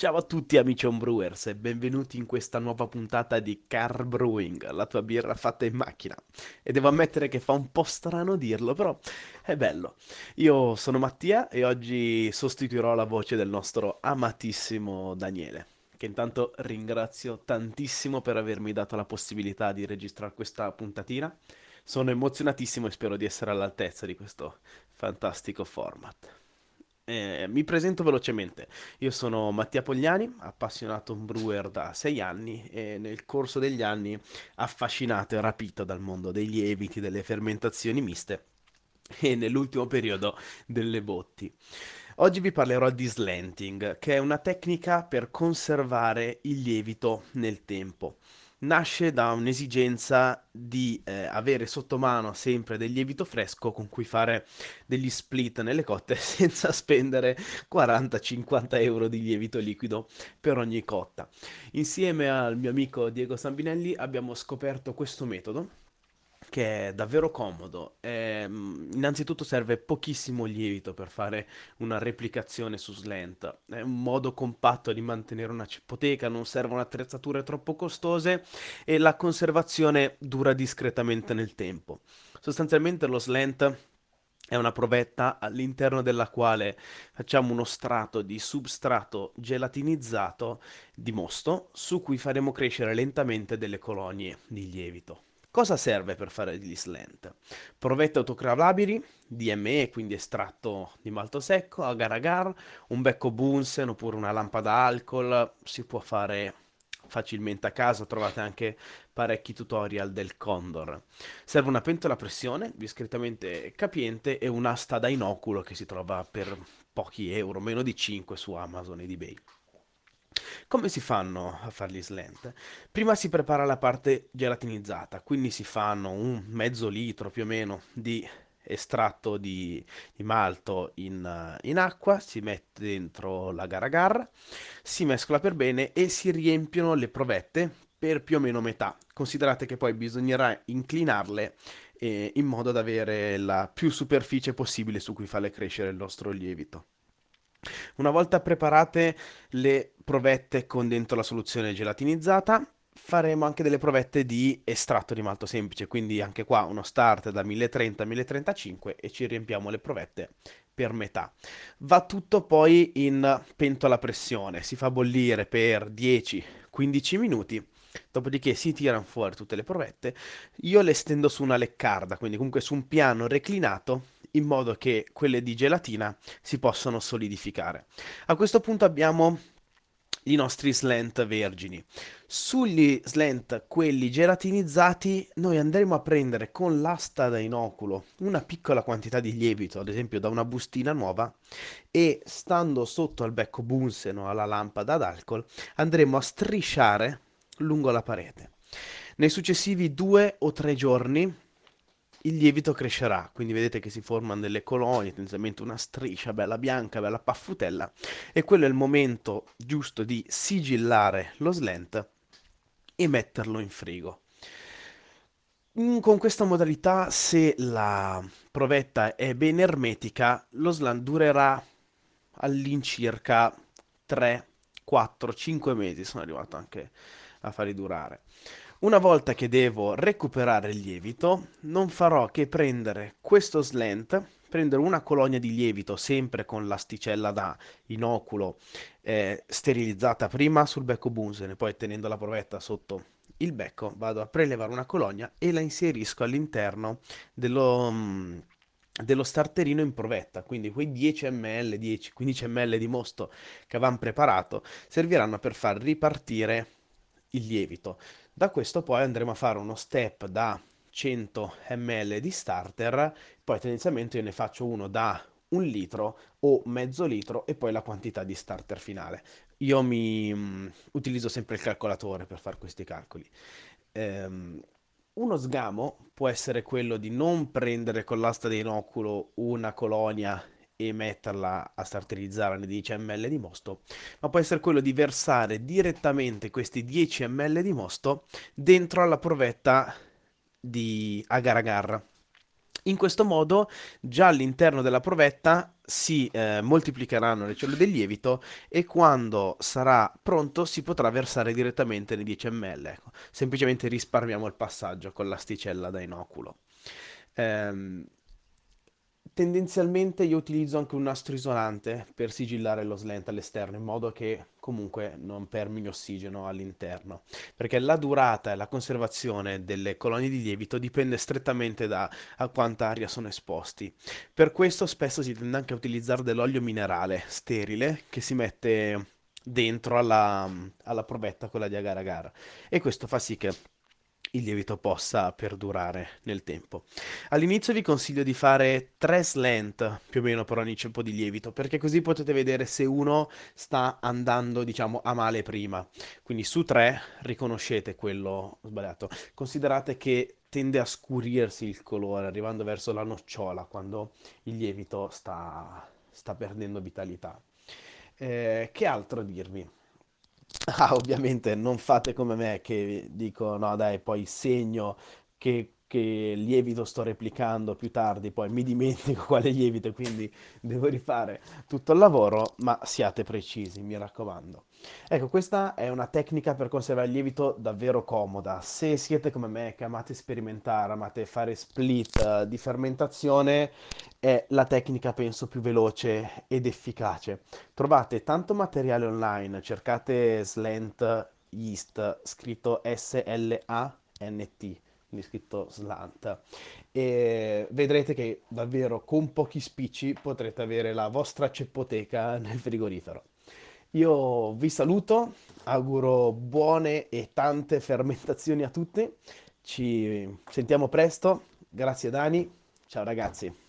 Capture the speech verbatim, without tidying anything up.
Ciao a tutti amici homebrewers e benvenuti in questa nuova puntata di Car Brewing, la tua birra fatta in macchina. E devo ammettere che fa un po' strano dirlo, però è bello. Io sono Mattia e oggi sostituirò la voce del nostro amatissimo Daniele, che intanto ringrazio tantissimo per avermi dato la possibilità di registrare questa puntatina. Sono emozionatissimo e spero di essere all'altezza di questo fantastico format. Eh, mi presento velocemente. Io sono Mattia Pogliani, appassionato brewer da sei anni e nel corso degli anni affascinato e rapito dal mondo dei lieviti, delle fermentazioni miste e nell'ultimo periodo delle botti. Oggi vi parlerò di slanting, che è una tecnica per conservare il lievito nel tempo. Nasce da un'esigenza di eh, avere sotto mano sempre del lievito fresco con cui fare degli split nelle cotte senza spendere quaranta cinquanta euro di lievito liquido per ogni cotta. Insieme al mio amico Diego Sambinelli abbiamo scoperto questo metodo che è davvero comodo. Ehm, innanzitutto serve pochissimo lievito per fare una replicazione su slant. È un modo compatto di mantenere una cipoteca, non servono attrezzature troppo costose e la conservazione dura discretamente nel tempo. Sostanzialmente lo slant è una provetta all'interno della quale facciamo uno strato di substrato gelatinizzato di mosto su cui faremo crescere lentamente delle colonie di lievito. Cosa serve per fare gli slant? Provette autoclavabili, D M E, quindi estratto di malto secco, agar agar, un becco Bunsen oppure una lampada alcol, si può fare facilmente a casa, trovate anche parecchi tutorial del Condor. Serve una pentola a pressione discretamente capiente e un'asta da inoculo che si trova per pochi euro, meno di cinque su Amazon ed eBay. Come si fanno a fare gli slant? Prima si prepara la parte gelatinizzata, quindi si fanno un mezzo litro più o meno di estratto di, di malto in, eh, in acqua, si mette dentro l'agar agar, si mescola per bene e si riempiono le provette per più o meno metà. Considerate che poi bisognerà inclinarle eh, in modo da avere la più superficie possibile su cui farle crescere il nostro lievito. Una volta preparate le provette con dentro la soluzione gelatinizzata, faremo anche delle provette di estratto di malto semplice, quindi anche qua uno start da milletrenta a milletrentacinque e ci riempiamo le provette per metà. Va tutto poi in pentola a pressione, si fa bollire per dieci quindici minuti. Dopodiché si tirano fuori tutte le provette. Io le stendo su una leccarda, quindi comunque su un piano reclinato, in modo che quelle di gelatina si possono solidificare. A questo punto abbiamo i nostri slant vergini. Sugli slant, quelli gelatinizzati, noi andremo a prendere con l'asta da inoculo una piccola quantità di lievito, ad esempio da una bustina nuova, e stando sotto al becco Bunsen o alla lampada ad alcol, andremo a strisciare lungo la parete. Nei successivi due o tre giorni il lievito crescerà, quindi vedete che si formano delle colonie, tendenzialmente una striscia bella bianca, bella paffutella, e quello è il momento giusto di sigillare lo slant e metterlo in frigo. Mm, Con questa modalità, se la provetta è ben ermetica, lo slant durerà all'incirca tre, quattro, cinque mesi. Sono arrivato anche a farli durare. Una volta che devo recuperare il lievito, non farò che prendere questo slant, prendere una colonia di lievito sempre con l'asticella da inoculo eh, sterilizzata prima sul becco Bunsen e poi tenendo la provetta sotto il becco, vado a prelevare una colonia e la inserisco all'interno dello, mm, dello starterino in provetta, quindi quei dieci millilitri, dieci quindici millilitri di mosto che avevamo preparato serviranno per far ripartire il lievito. Da questo poi andremo a fare uno step da cento millilitri di starter, poi tendenzialmente io ne faccio uno da un litro o mezzo litro e poi la quantità di starter finale. Io mi mm, utilizzo sempre il calcolatore per fare questi calcoli. Ehm, Uno sgamo può essere quello di non prendere con l'asta di inoculo una colonia e metterla a starterizzare nei dieci millilitri di mosto, ma può essere quello di versare direttamente questi dieci millilitri di mosto dentro alla provetta di agar agar. In questo modo, già all'interno della provetta si eh, moltiplicheranno le cellule del lievito e quando sarà pronto si potrà versare direttamente nei dieci millilitri. Ecco, semplicemente risparmiamo il passaggio con l'asticella da inoculo. Ehm, Tendenzialmente io utilizzo anche un nastro isolante per sigillare lo slant all'esterno, in modo che comunque non permini ossigeno all'interno, perché la durata e la conservazione delle colonie di lievito dipende strettamente da a quanta aria sono esposti. Per questo spesso si tende anche a utilizzare dell'olio minerale sterile che si mette dentro alla, alla provetta, quella di agar agar, e questo fa sì che il lievito possa perdurare nel tempo. All'inizio vi consiglio di fare tre slant più o meno per ogni ceppo di lievito, perché così potete vedere se uno sta andando, diciamo, a male prima. Quindi su tre riconoscete quello sbagliato. Considerate che tende a scurirsi il colore, arrivando verso la nocciola, quando il lievito sta, sta perdendo vitalità. Eh, che altro dirvi? Ah, ovviamente non fate come me che dico no dai, poi segno che, che lievito sto replicando più tardi, poi mi dimentico quale lievito e quindi devo rifare tutto il lavoro, ma siate precisi, mi raccomando. Ecco, questa è una tecnica per conservare il lievito davvero comoda. Se siete come me che amate sperimentare, amate fare split eh, di fermentazione, è la tecnica penso più veloce ed efficace. Trovate tanto materiale online, cercate Slant Yeast, scritto S L A N T, quindi scritto Slant, e vedrete che davvero con pochi spicci potrete avere la vostra ceppoteca nel frigorifero. Io vi saluto, auguro buone e tante fermentazioni a tutti, ci sentiamo presto, grazie Dani, ciao ragazzi.